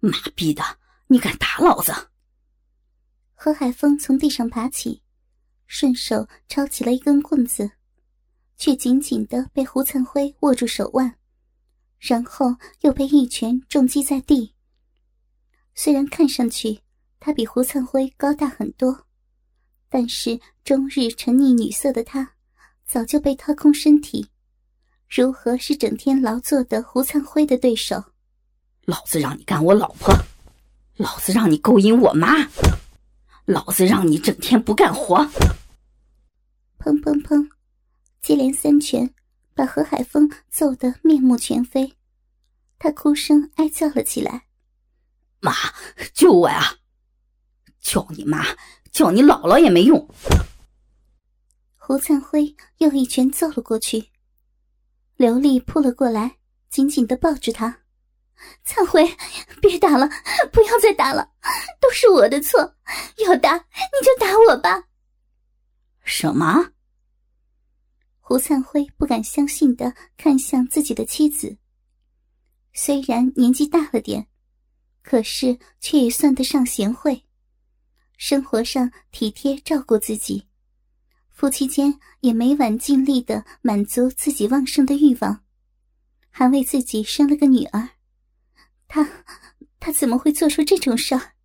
妈逼的，你敢打老子！ 何海峰从地上爬起，顺手抄起了一根棍子，却紧紧地被胡灿辉握住手腕，然后又被一拳重击在地。虽然看上去他比胡灿辉高大很多，但是终日沉溺女色的他早就被掏空身体，如何是整天劳作的胡灿辉的对手？ 老子让你干我老婆，老子让你勾引我妈，老子让你整天不干活！ 砰砰砰，接连3拳把何海峰揍得面目全非，他哭声哀叫了起来： 妈，救我呀！叫你妈，叫你姥姥也没用！ 胡灿辉又一拳揍了过去，刘丽扑了过来，紧紧地抱住他。灿辉，别打了，不要再打了，都是我的错，要打你就打我吧。 什么？ 胡灿辉不敢相信地看向自己的妻子，虽然年纪大了点，可是却也算得上贤惠，生活上体贴照顾自己，夫妻间也每晚尽力地满足自己旺盛的欲望，还为自己生了个女儿。他怎么会做出这种事儿？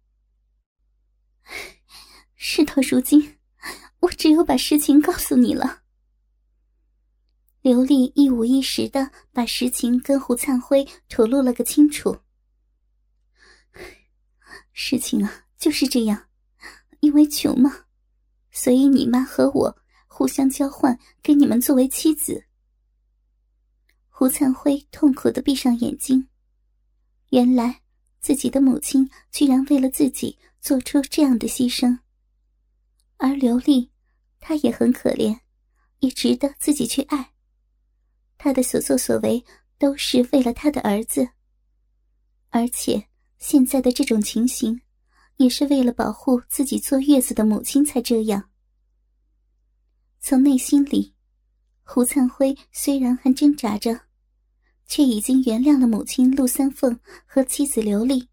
事到如今，我只有把实情告诉你了。刘丽一五一十地把实情跟胡灿辉吐露了个清楚。事情啊，就是这样，因为穷嘛，所以你妈和我互相交换，给你们作为妻子。胡灿辉痛苦地闭上眼睛，原来自己的母亲居然为了自己做出这样的牺牲，而刘丽，她也很可怜，也值得自己去爱。她的所作所为都是为了她的儿子，而且现在的这种情形也是为了保护自己坐月子的母亲才这样。从内心里，胡灿辉虽然还挣扎着，却已经原谅了母亲陆三凤和妻子刘丽。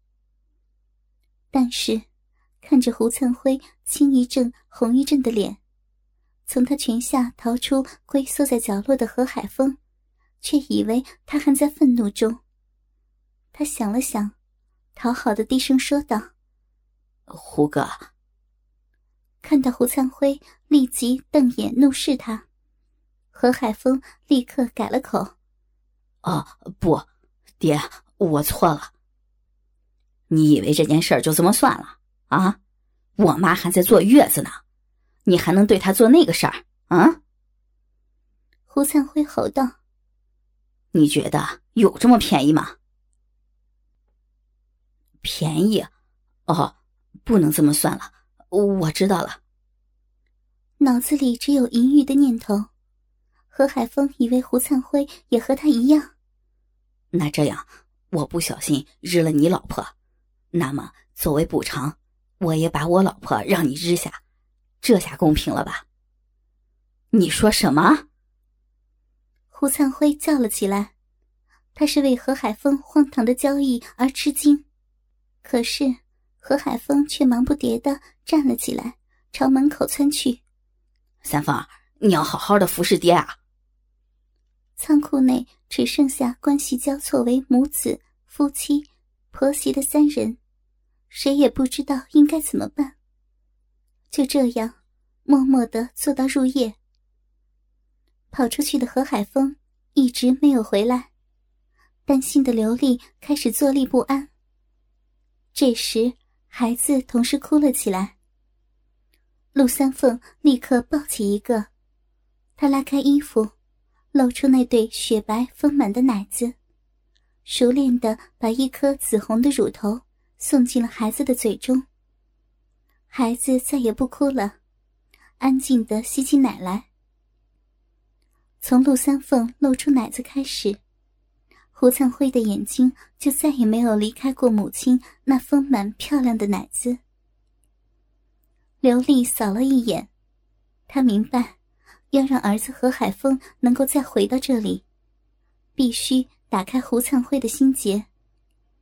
但是看着胡灿辉青一阵红一阵的脸，从他拳下逃出龟缩在角落的何海峰，却以为他还在愤怒中。他想了想，讨好的低声说道： 胡哥。 看到胡灿辉立即瞪眼怒视他，何海峰立刻改了口： 不，爹，我错了。你以为这件事儿就这么算了啊？我妈还在坐月子呢，你还能对她做那个事儿啊？ 胡灿辉吼道： 你觉得有这么便宜吗？便宜？不能这么算了，我知道了。 脑子里只有淫欲的念头，何海峰以为胡灿辉也和他一样。 那这样，我不小心日了你老婆，那么作为补偿，我也把我老婆让你日下，这下公平了吧？你说什么？ 胡灿辉叫了起来，他是为何海峰荒唐的交易而吃惊，可是何海峰却忙不迭地站了起来，朝门口窜去。 三凤，你要好好的服侍爹啊！ 仓库内只剩下关系交错为母子、夫妻、婆媳的3人，谁也不知道应该怎么办。就这样，默默地坐到入夜。跑出去的何海峰一直没有回来，担心的刘丽开始坐立不安。这时，孩子同时哭了起来。陆三凤立刻抱起一个，她拉开衣服，露出那对雪白丰满的奶子，熟练地把一颗紫红的乳头送进了孩子的嘴中。孩子再也不哭了，安静地吸起奶来。从陆三凤露出奶子开始，胡灿辉的眼睛就再也没有离开过母亲那丰满漂亮的奶子。刘丽扫了一眼，她明白要让儿子何海峰能够再回到这里，必须打开胡灿辉的心结，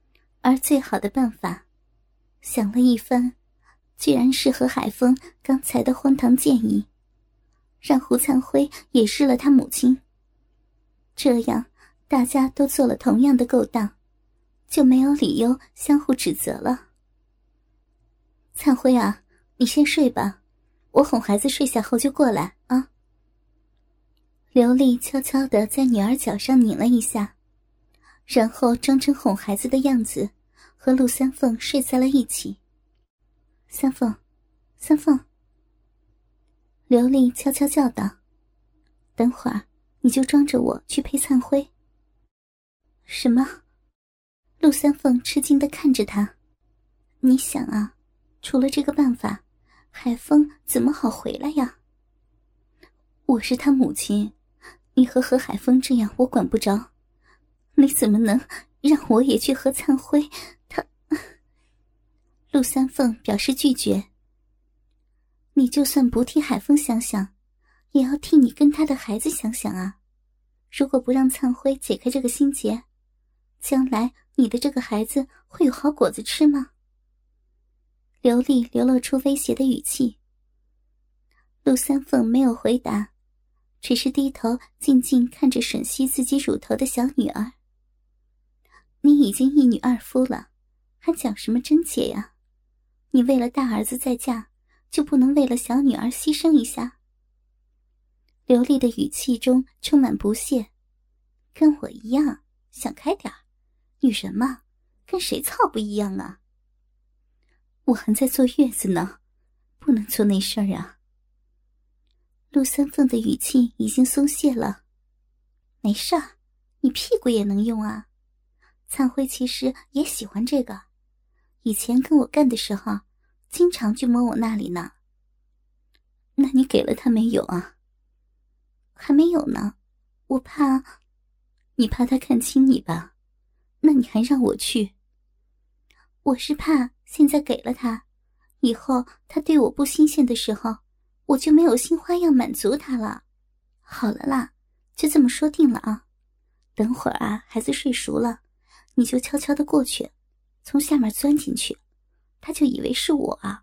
而最好的办法，想了一番，居然是和海峰刚才的荒唐建议，让胡灿辉也日了他母亲。这样大家都做了同样的勾当，就没有理由相互指责了。灿辉啊，你先睡吧，我哄孩子睡下后就过来啊。刘丽悄悄地在女儿脚上拧了一下，然后装成哄孩子的样子，和陆三凤睡在了一起。三凤，三凤。刘丽悄悄叫道：“等会儿你就装着我去陪灿辉。”什么？陆三凤吃惊地看着他。你想啊，除了这个办法，海峰怎么好回来呀？我是他母亲，你和何海峰这样我管不着，你怎么能让我也去和灿辉？他……陆三凤表示拒绝。你就算不替海峰想想，也要替你跟他的孩子想想啊！如果不让灿辉解开这个心结，将来你的这个孩子会有好果子吃吗？刘丽流露出威胁的语气。陆三凤没有回答，只是低头静静看着吮吸自己乳头的小女儿。你已经一女二夫了，还讲什么贞洁呀？你为了大儿子再嫁，就不能为了小女儿牺牲一下？刘丽的语气中充满不屑。跟我一样，想开点儿，女人嘛，跟谁操不一样啊？我还在坐月子呢，不能做那事儿啊。陆三凤的语气已经松懈了。没事儿，你屁股也能用啊。灿辉其实也喜欢这个，以前跟我干的时候，经常去摸我那里呢。那你给了他没有啊？还没有呢，我怕……你怕他看轻你吧？那你还让我去？我是怕现在给了他，以后他对我不新鲜的时候，我就没有新花样满足他了。好了啦，就这么说定了啊。等会儿啊，孩子睡熟了，你就悄悄地过去，从下面钻进去，他就以为是我啊。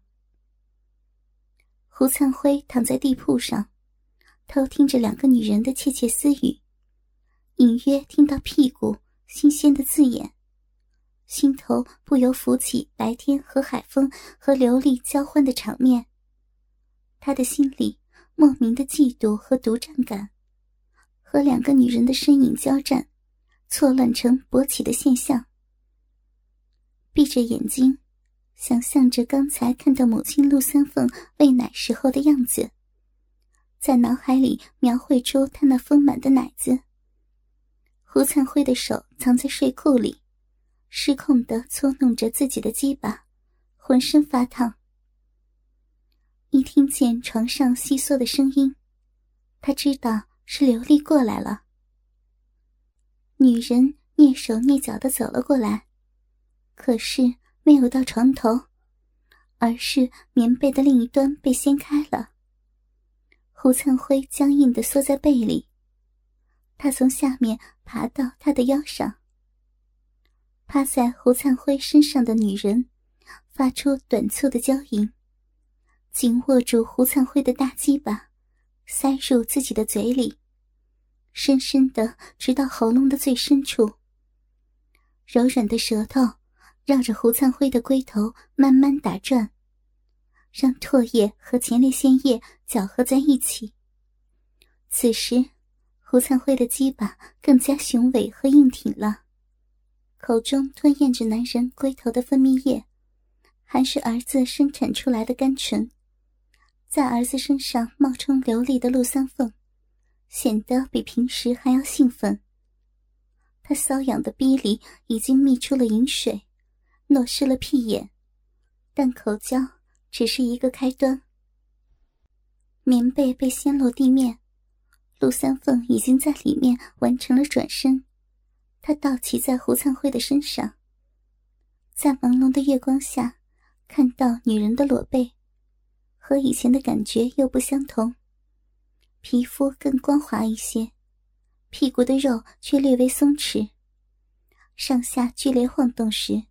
胡灿辉躺在地铺上，偷听着两个女人的窃窃私语，隐约听到屁股新鲜的字眼，心头不由浮起白天和海峰和刘丽交欢的场面。他的心里莫名的嫉妒和独占感，和两个女人的身影交战，错乱成勃起的现象。闭着眼睛，想象着刚才看到母亲陆三凤喂奶时候的样子，在脑海里描绘出她那丰满的奶子。胡灿辉的手藏在睡裤里，失控地搓弄着自己的鸡巴，浑身发烫。一听见床上窸窣的声音，他知道是刘丽过来了。女人蹑手蹑脚地走了过来，可是没有到床头，而是棉被的另一端被掀开了。胡灿辉僵硬地缩在被里，他从下面爬到他的腰上。趴在胡灿辉身上的女人发出短促的娇吟，紧握住胡灿辉的大鸡巴，塞入自己的嘴里，深深的直到喉咙的最深处。柔软的舌头绕着胡灿辉的龟头慢慢打转，让唾液和前列腺液搅合在一起。此时胡灿辉的鸡巴更加雄伟和硬挺了，口中吞咽着男人龟头的分泌液，还是儿子生产出来的甘醇。在儿子身上冒充流丽的陆三凤，显得比平时还要兴奋。他瘙痒的逼里已经泌出了饮水，弄湿了屁眼，但口交只是一个开端。棉被被掀落地面，陆三凤已经在里面完成了转身，他倒骑在胡灿辉的身上，在朦胧的月光下看到女人的裸背，和以前的感觉又不相同，皮肤更光滑一些，屁股的肉却略微松弛，上下剧烈晃动时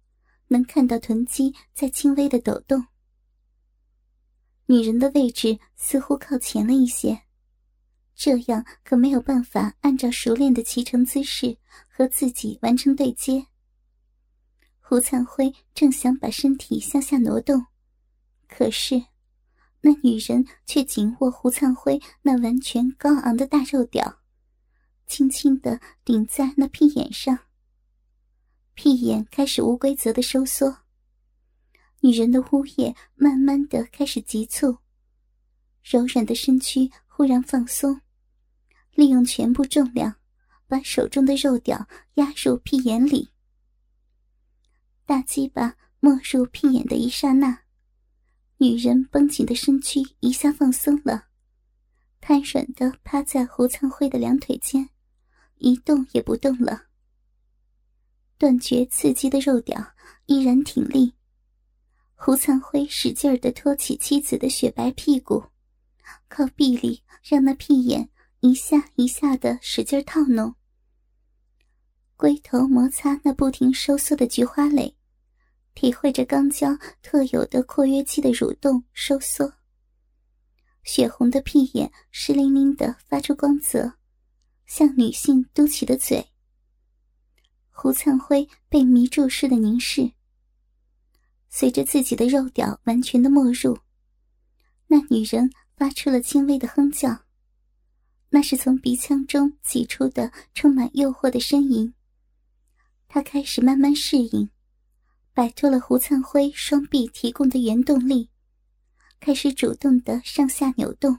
能看到臀肌在轻微的抖动。女人的位置似乎靠前了一些，这样可没有办法按照熟练的骑乘姿势和自己完成对接。胡灿辉正想把身体向下挪动，可是那女人却紧握胡灿辉那完全高昂的大肉屌，轻轻地顶在那屁眼上。屁眼开始无规则的收缩，女人的呜咽慢慢地开始急促，柔软的身躯忽然放松，利用全部重量把手中的肉屌压入屁眼里。大鸡巴没入屁眼的一刹那，女人绷紧的身躯一下放松了，瘫软地趴在胡灿辉的两腿间，一动也不动了。断绝刺激的肉屌依然挺立，胡灿辉使劲地托起妻子的雪白屁股，靠臂力让那屁眼一下一下地使劲套弄。龟头摩擦那不停收缩的菊花蕾，体会着肛交特有的括约肌的蠕动收缩。血红的屁眼湿淋淋地发出光泽，像女性嘟起的嘴。胡灿辉被迷住似的凝视，随着自己的肉屌完全的没入，那女人发出了轻微的哼叫，那是从鼻腔中挤出的充满诱惑的呻吟。她开始慢慢适应，摆脱了胡灿辉双臂提供的原动力，开始主动的上下扭动。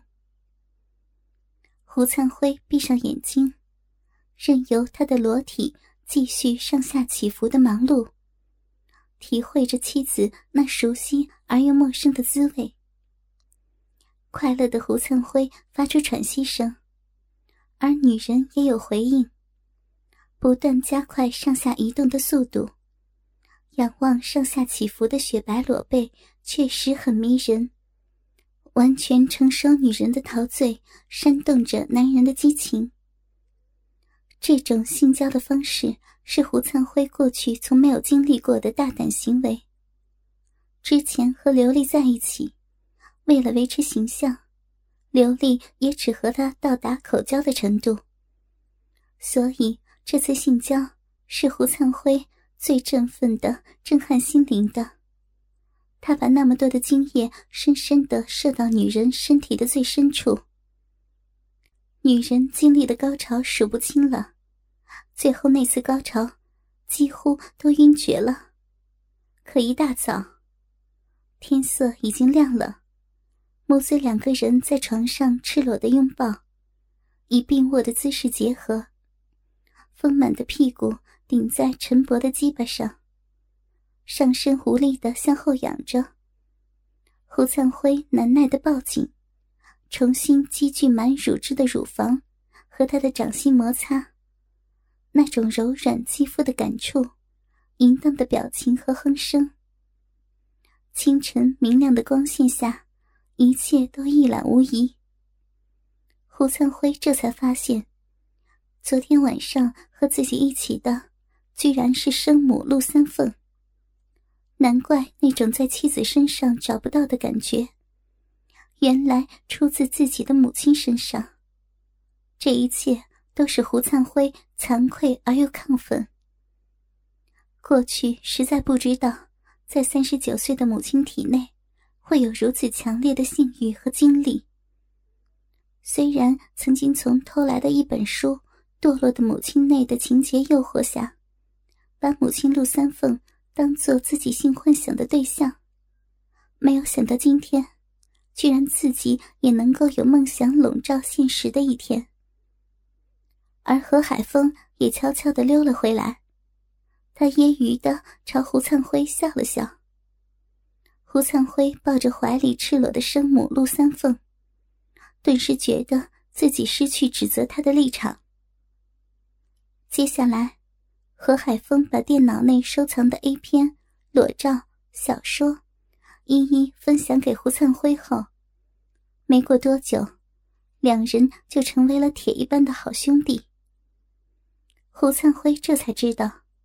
胡灿辉闭上眼睛，任由他的裸体继续上下起伏的忙碌，体会着妻子那熟悉而又陌生的滋味。快乐的胡灿辉发出喘息声，而女人也有回应，不断加快上下移动的速度。仰望上下起伏的雪白裸背确实很迷人，完全承受女人的陶醉，煽动着男人的激情。这种性交的方式是胡灿辉过去从没有经历过的大胆行为。之前和刘丽在一起，为了维持形象，刘丽也只和他到达口交的程度，所以这次性交是胡灿辉最振奋的、震撼心灵的。他把那么多的精液深深地射到女人身体的最深处，女人经历的高潮数不清了，最后那次高潮几乎都晕厥了。可一大早，天色已经亮了，母子两个人在床上赤裸的拥抱，以并卧的姿势结合，丰满的屁股顶在沉薄的鸡巴上，上身无力地向后仰着。胡灿辉难耐地抱紧，重新积聚满乳汁的乳房和他的掌心摩擦，那种柔软肌肤的感触，淫荡的表情和哼声。清晨明亮的光线下，一切都一览无遗。胡灿辉这才发现，昨天晚上和自己一起的居然是生母陆三凤。难怪那种在妻子身上找不到的感觉，原来出自自己的母亲身上。这一切都使胡灿辉惭愧而又亢奋。过去实在不知道，在39岁的母亲体内会有如此强烈的性欲和精力。虽然曾经从偷来的一本书《堕落的母亲》内的情节诱惑下，把母亲陆三凤当作自己性幻想的对象，没有想到今天居然自己也能够有梦想笼罩现实的一天。而何海峰也悄悄地溜了回来，他揶揄地朝胡灿辉笑了笑。胡灿辉抱着怀里赤裸的生母陆三凤，顿时觉得自己失去指责他的立场。接下来何海峰把电脑内收藏的 A 片、裸照、小说一一分享给胡灿辉后，没过多久，两人就成为了铁一般的好兄弟。胡灿辉这才知道，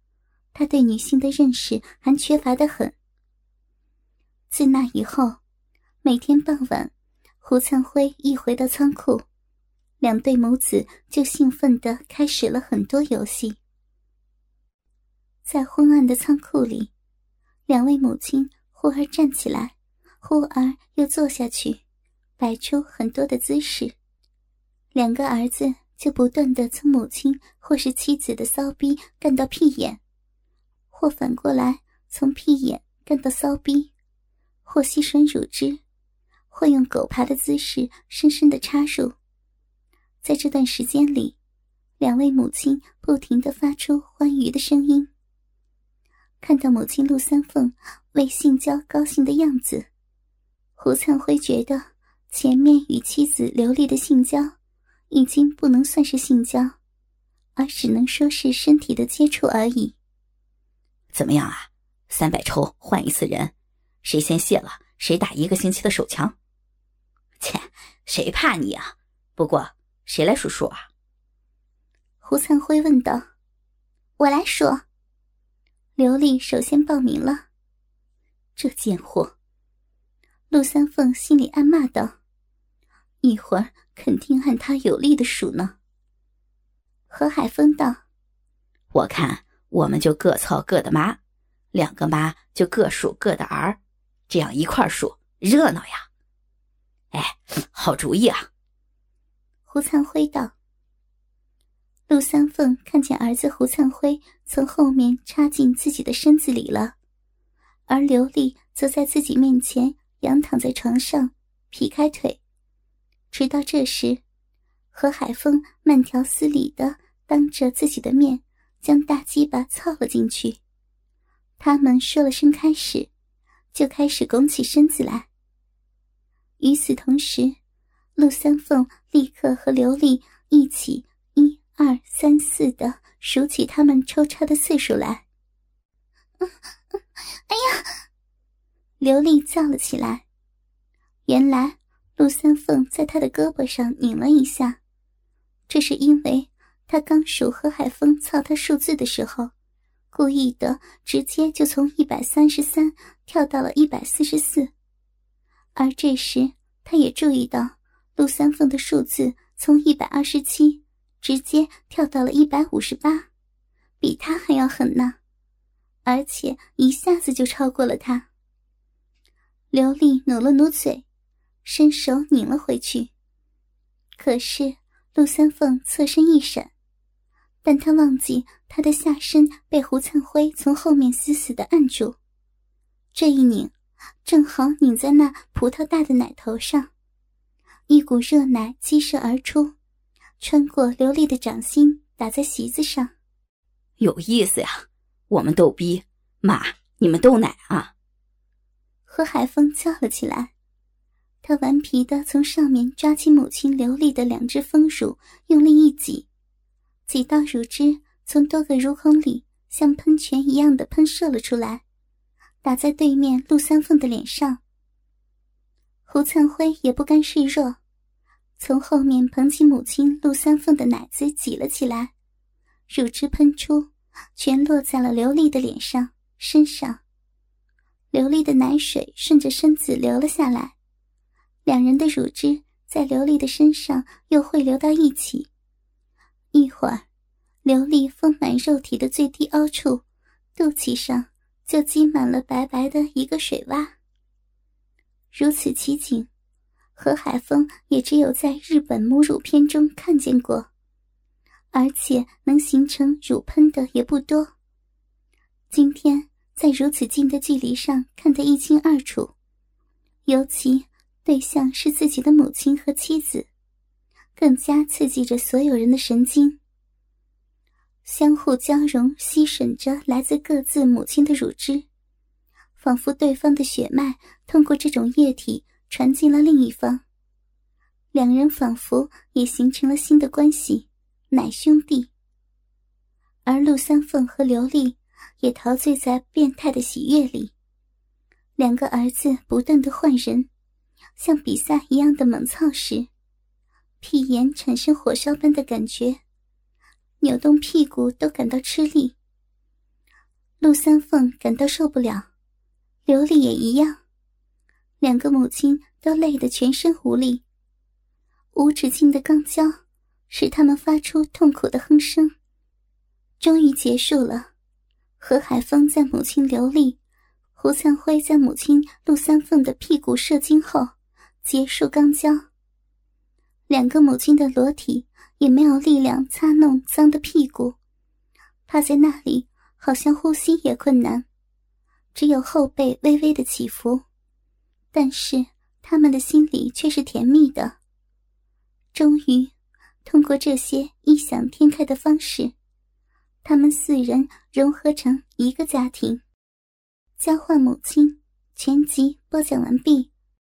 他对女性的认识还缺乏得很。自那以后，每天傍晚，胡灿辉一回到仓库，两对母子就兴奋地开始了很多游戏。在昏暗的仓库里，两位母亲忽而站起来，忽而又坐下去，摆出很多的姿势。两个儿子就不断地从母亲或是妻子的骚逼干到屁眼，或反过来从屁眼干到骚逼，或吸吮乳汁，或用狗爬的姿势深深地插入。在这段时间里，两位母亲不停地发出欢愉的声音。看到母亲陆三凤为性交高兴的样子，胡灿辉觉得前面与妻子刘丽的性交已经不能算是性交，而只能说是身体的接触而已。 怎么样啊？300抽换一次人，谁先泄了，谁打1个星期的手枪。切，谁怕你啊？不过谁来数数啊？ 胡灿辉问道。我来数。刘丽首先报名了。这贱货，陆三凤心里暗骂道，一会儿肯定按他有力的数呢。何海峰道， 我看我们就各操各的妈，2个妈就各数各的儿，这样一块数，热闹呀。哎，好主意啊。 胡灿辉道。陆三凤看见儿子胡灿辉从后面插进自己的身子里了，而刘丽则在自己面前仰躺在床上，劈开腿。直到这时，何海峰慢条斯理地当着自己的面将大鸡巴操了进去。他们说了声开始，就开始拱起身子来。与此同时，陆三凤立刻和刘丽一起1、2、3、4地数起他们抽插的次数来。哎呀！刘丽叫了起来。原来陆三凤在她的胳膊上拧了一下，这是因为她刚数何海峰操她数字的时候，故意的直接就从133跳到了144，而这时她也注意到陆三凤的数字从127直接跳到了158，比他还要狠呢，而且一下子就超过了他。刘丽努了努嘴，伸手拧了回去，可是陆三凤侧身一闪，但他忘记他的下身被胡灿辉从后面死死地按住，这一拧正好拧在那葡萄大的奶头上，一股热奶激射而出，穿过刘丽的掌心，打在席子上。 有意思呀，我们逗逼，妈，你们逗奶啊。 何海峰叫了起来，他顽皮地从上面抓起母亲刘丽的2只丰乳，用力一挤，几道乳汁从多个乳孔里像喷泉一样的喷射了出来，打在对面陆三凤的脸上。胡灿辉也不甘示弱，从后面捧起母亲陆三凤的奶子挤了起来，乳汁喷出，全落在了刘丽的脸上、身上。刘丽的奶水顺着身子流了下来，两人的乳汁在刘丽的身上又汇流到一起。一会儿，刘丽丰满肉体的最低凹处，肚脐上就积满了白白的一个水洼。如此奇景，何海峰也只有在日本母乳片中看见过，而且能形成乳喷的也不多。今天在如此近的距离上看得一清二楚，尤其对象是自己的母亲和妻子，更加刺激着所有人的神经。相互交融吸吮着来自各自母亲的乳汁，仿佛对方的血脉通过这种液体传进了另一方，两人仿佛也形成了新的关系，乃兄弟。而陆三凤和刘丽也陶醉在变态的喜悦里，两个儿子不断地换人，像比赛一样的猛操时，屁眼产生火烧般的感觉，扭动屁股都感到吃力。 陆三凤感到受不了，刘丽也一样，两个母亲都累得全身无力，无止境的肛交使他们发出痛苦的哼声。终于结束了，何海峰在母亲刘丽、胡灿辉在母亲陆三凤的屁股射精后结束肛交。两个母亲的裸体也没有力量擦弄脏的屁股，趴在那里好像呼吸也困难，只有后背微微的起伏，但是他们的心里却是甜蜜的。终于通过这些异想天开的方式，他们4人融合成一个家庭。交换母亲全集播讲完毕。